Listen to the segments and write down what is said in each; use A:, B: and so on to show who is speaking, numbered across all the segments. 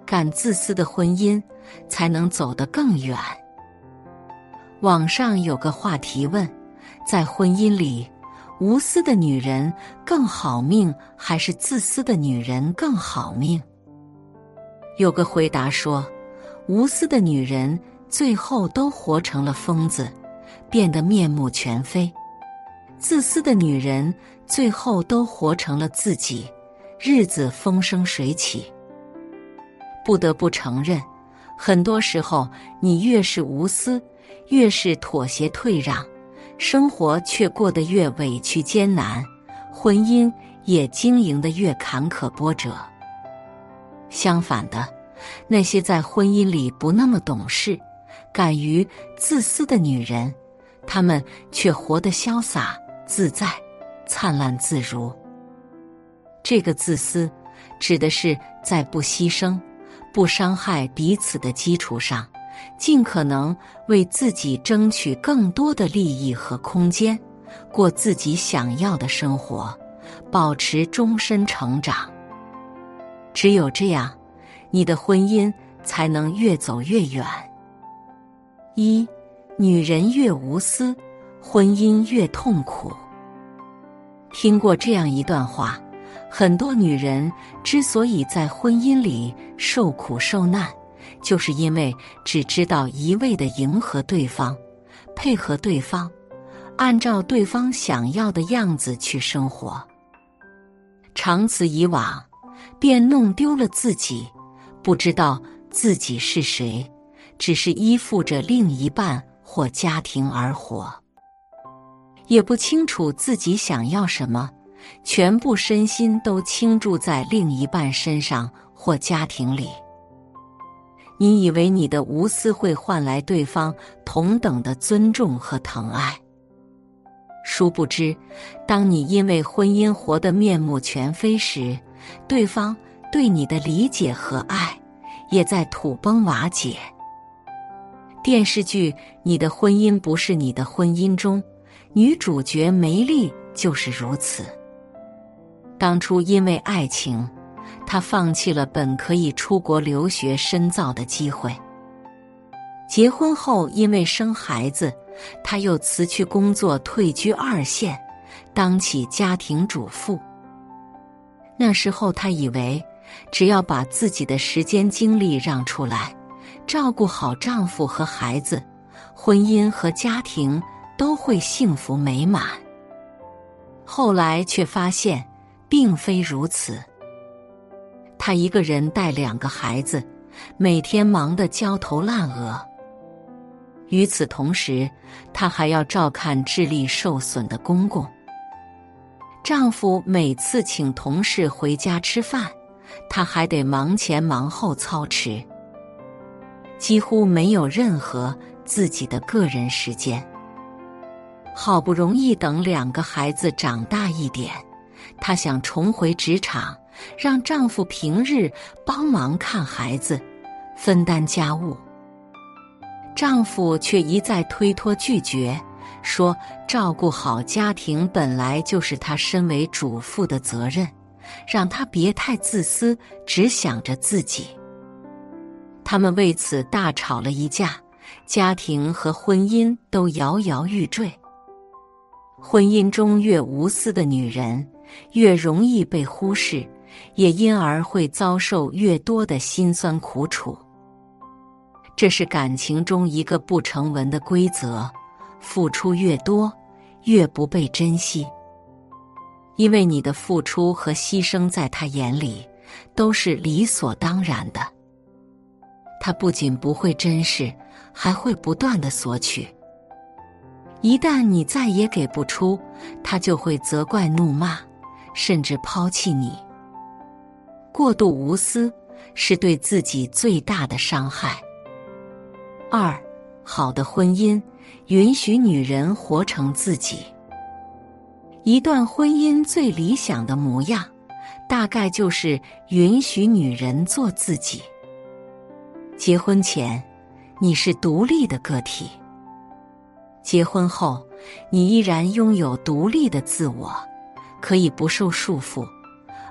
A: 敢自私的婚姻才能走得更远。网上有个话题问，在婚姻里，无私的女人更好命，还是自私的女人更好命？有个回答说，无私的女人最后都活成了疯子，变得面目全非；自私的女人最后都活成了自己，日子风生水起。不得不承认，很多时候你越是无私，越是妥协退让，生活却过得越委屈艰难，婚姻也经营得越坎坷波折。相反的，那些在婚姻里不那么懂事、敢于自私的女人，她们却活得潇洒自在、灿烂自如。这个自私，指的是在不牺牲、不伤害彼此的基础上，尽可能为自己争取更多的利益和空间，过自己想要的生活，保持终身成长。只有这样，你的婚姻才能越走越远。一，女人越无私，婚姻越痛苦。听过这样一段话，很多女人之所以在婚姻里受苦受难，就是因为只知道一味地迎合对方，配合对方，按照对方想要的样子去生活。长此以往，便弄丢了自己，不知道自己是谁，只是依附着另一半或家庭而活，也不清楚自己想要什么，全部身心都倾注在另一半身上或家庭里。你以为你的无私会换来对方同等的尊重和疼爱，殊不知，当你因为婚姻活得面目全非时，对方对你的理解和爱也在土崩瓦解。电视剧《你的婚姻不是你的婚姻》中，女主角梅丽就是如此。当初因为爱情，她放弃了本可以出国留学深造的机会。结婚后因为生孩子，她又辞去工作，退居二线，当起家庭主妇。那时候她以为，只要把自己的时间精力让出来，照顾好丈夫和孩子，婚姻和家庭都会幸福美满。后来却发现，并非如此。她一个人带2个孩子，每天忙得焦头烂额。与此同时，她还要照看智力受损的公公。丈夫每次请同事回家吃饭，她还得忙前忙后操持，几乎没有任何自己的个人时间。好不容易等2个孩子长大一点，她想重回职场，让丈夫平日帮忙看孩子，分担家务。丈夫却一再推脱拒绝，说照顾好家庭本来就是她身为主妇的责任，让她别太自私，只想着自己。他们为此大吵了一架，家庭和婚姻都摇摇欲坠。婚姻中越无私的女人，越容易被忽视，也因而会遭受越多的辛酸苦楚。这是感情中一个不成文的规则，付出越多，越不被珍惜。因为你的付出和牺牲在他眼里都是理所当然的。他不仅不会珍视，还会不断地索取。一旦你再也给不出，他就会责怪怒骂，甚至抛弃你。过度无私是对自己最大的伤害。2，好的婚姻允许女人活成自己。一段婚姻最理想的模样，大概就是允许女人做自己。结婚前，你是独立的个体；结婚后，你依然拥有独立的自我，可以不受束缚，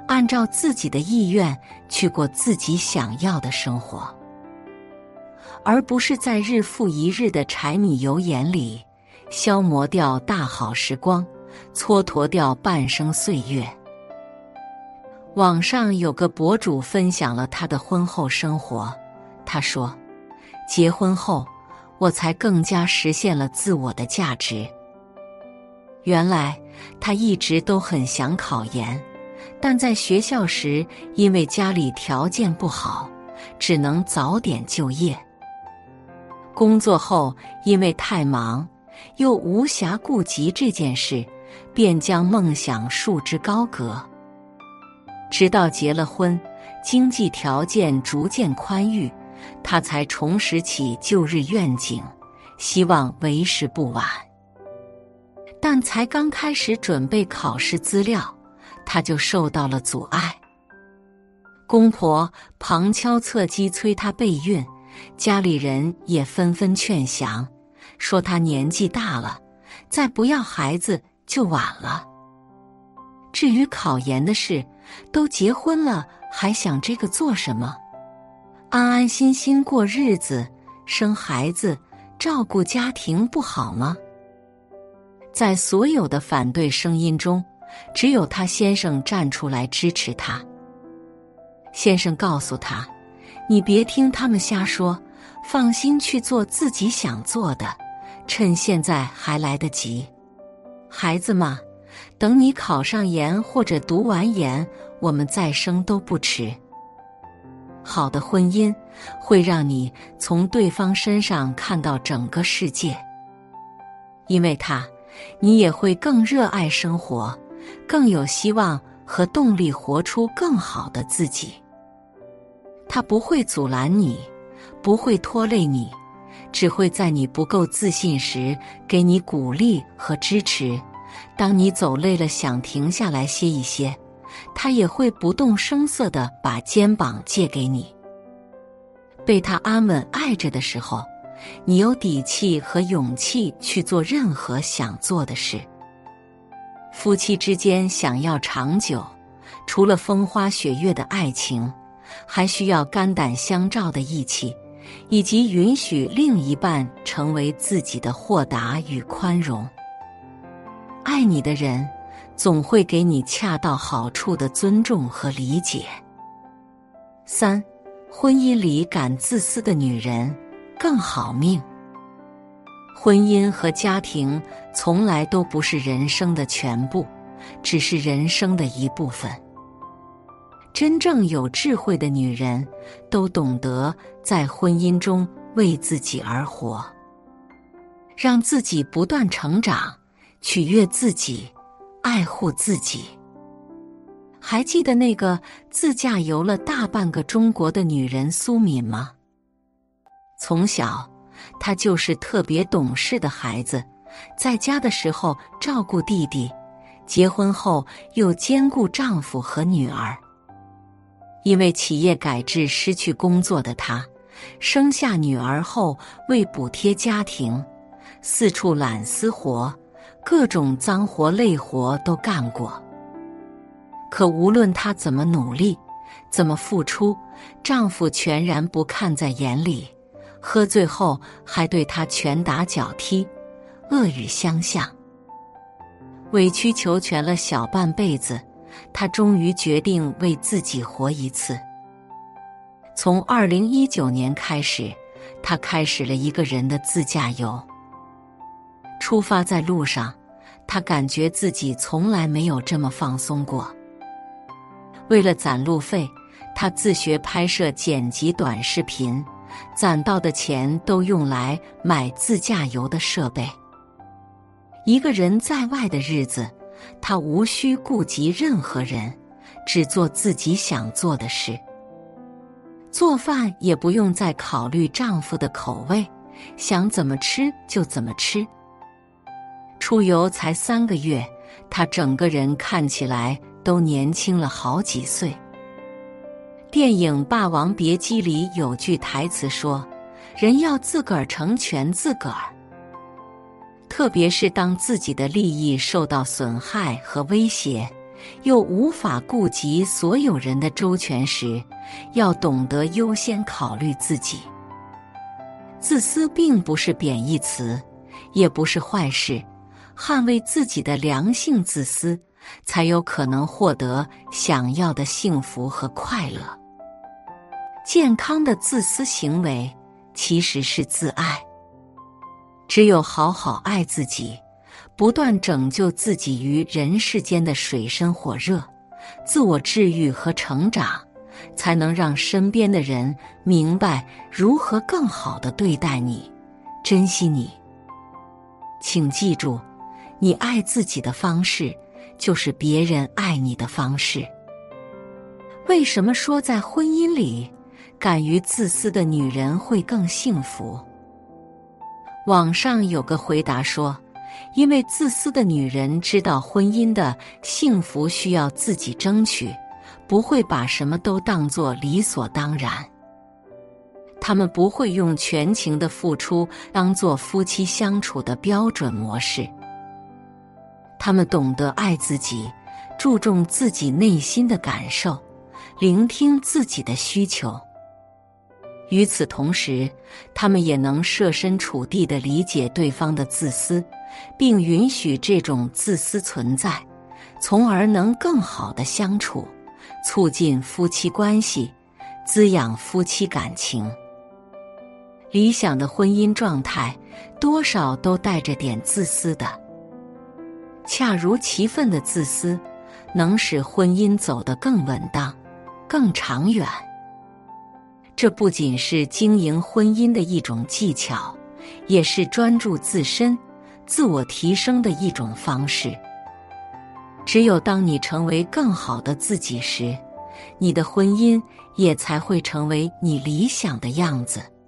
A: 按照自己的意愿去过自己想要的生活，而不是在日复一日的柴米油盐里消磨掉大好时光，蹉跎掉半生岁月。网上有个博主分享了他的婚后生活，他说：结婚后，我才更加实现了自我的价值。原来他一直都很想考研，但在学校时因为家里条件不好，只能早点就业。工作后因为太忙，又无暇顾及这件事，便将梦想束之高阁。直到结了婚，经济条件逐渐宽裕，他才重拾起旧日愿景，希望为时不晚。但才刚开始准备考试资料，他就受到了阻碍。公婆旁敲侧击催他备孕，家里人也纷纷劝降，说他年纪大了，再不要孩子就晚了。至于考研的事，都结婚了，还想这个做什么？安安心心过日子，生孩子，照顾家庭不好吗？在所有的反对声音中，只有他先生站出来支持他。先生告诉他：你别听他们瞎说，放心去做自己想做的，趁现在还来得及。孩子嘛，等你考上研或者读完研，我们再生都不迟。好的婚姻会让你从对方身上看到整个世界，因为他，你也会更热爱生活，更有希望和动力活出更好的自己。他不会阻拦你，不会拖累你，只会在你不够自信时给你鼓励和支持。当你走累了想停下来歇一歇，他也会不动声色地把肩膀借给你。被他安稳爱着的时候，你有底气和勇气去做任何想做的事。夫妻之间想要长久，除了风花雪月的爱情，还需要肝胆相照的义气，以及允许另一半成为自己的豁达与宽容。爱你的人总会给你恰到好处的尊重和理解。3. 婚姻里敢自私的女人更好命。婚姻和家庭从来都不是人生的全部，只是人生的一部分。真正有智慧的女人都懂得在婚姻中为自己而活，让自己不断成长，取悦自己，爱护自己。还记得那个自驾游了大半个中国的女人苏敏吗？从小，她就是特别懂事的孩子，在家的时候照顾弟弟，结婚后又兼顾丈夫和女儿。因为企业改制失去工作的她，生下女儿后为补贴家庭，四处揽私活，各种脏活累活都干过。可无论她怎么努力，怎么付出，丈夫全然不看在眼里，喝醉后还对她拳打脚踢，恶语相向。委曲求全了小半辈子，她终于决定为自己活一次。从2019年开始，她开始了一个人的自驾游。出发在路上，她感觉自己从来没有这么放松过。为了攒路费，她自学拍摄剪辑短视频，攒到的钱都用来买自驾游的设备。一个人在外的日子，她无需顾及任何人，只做自己想做的事。做饭也不用再考虑丈夫的口味，想怎么吃就怎么吃。出游才3个月，她整个人看起来都年轻了好几岁。电影《霸王别姬》里有句台词说：人要自个儿成全自个儿。特别是当自己的利益受到损害和威胁， 又无法顾及所有人的周全时，要懂得优先考虑自己。自私并不是贬义词，也不是坏事，捍卫自己的良性自私，才有可能获得想要的幸福和快乐。健康的自私行为其实是自爱。只有好好爱自己，不断拯救自己于人世间的水深火热，自我治愈和成长，才能让身边的人明白如何更好地对待你，珍惜你。请记住，你爱自己的方式，就是别人爱你的方式。为什么说在婚姻里，敢于自私的女人会更幸福？网上有个回答说，因为自私的女人知道婚姻的幸福需要自己争取，不会把什么都当作理所当然。她们不会用全情的付出当作夫妻相处的标准模式。她们懂得爱自己，注重自己内心的感受，聆听自己的需求。与此同时，他们也能设身处地地理解对方的自私，并允许这种自私存在，从而能更好地相处，促进夫妻关系，滋养夫妻感情。理想的婚姻状态，多少都带着点自私的。恰如其分的自私，能使婚姻走得更稳当、更长远。这不仅是经营婚姻的一种技巧，也是专注自身、自我提升的一种方式。只有当你成为更好的自己时，你的婚姻也才会成为你理想的样子。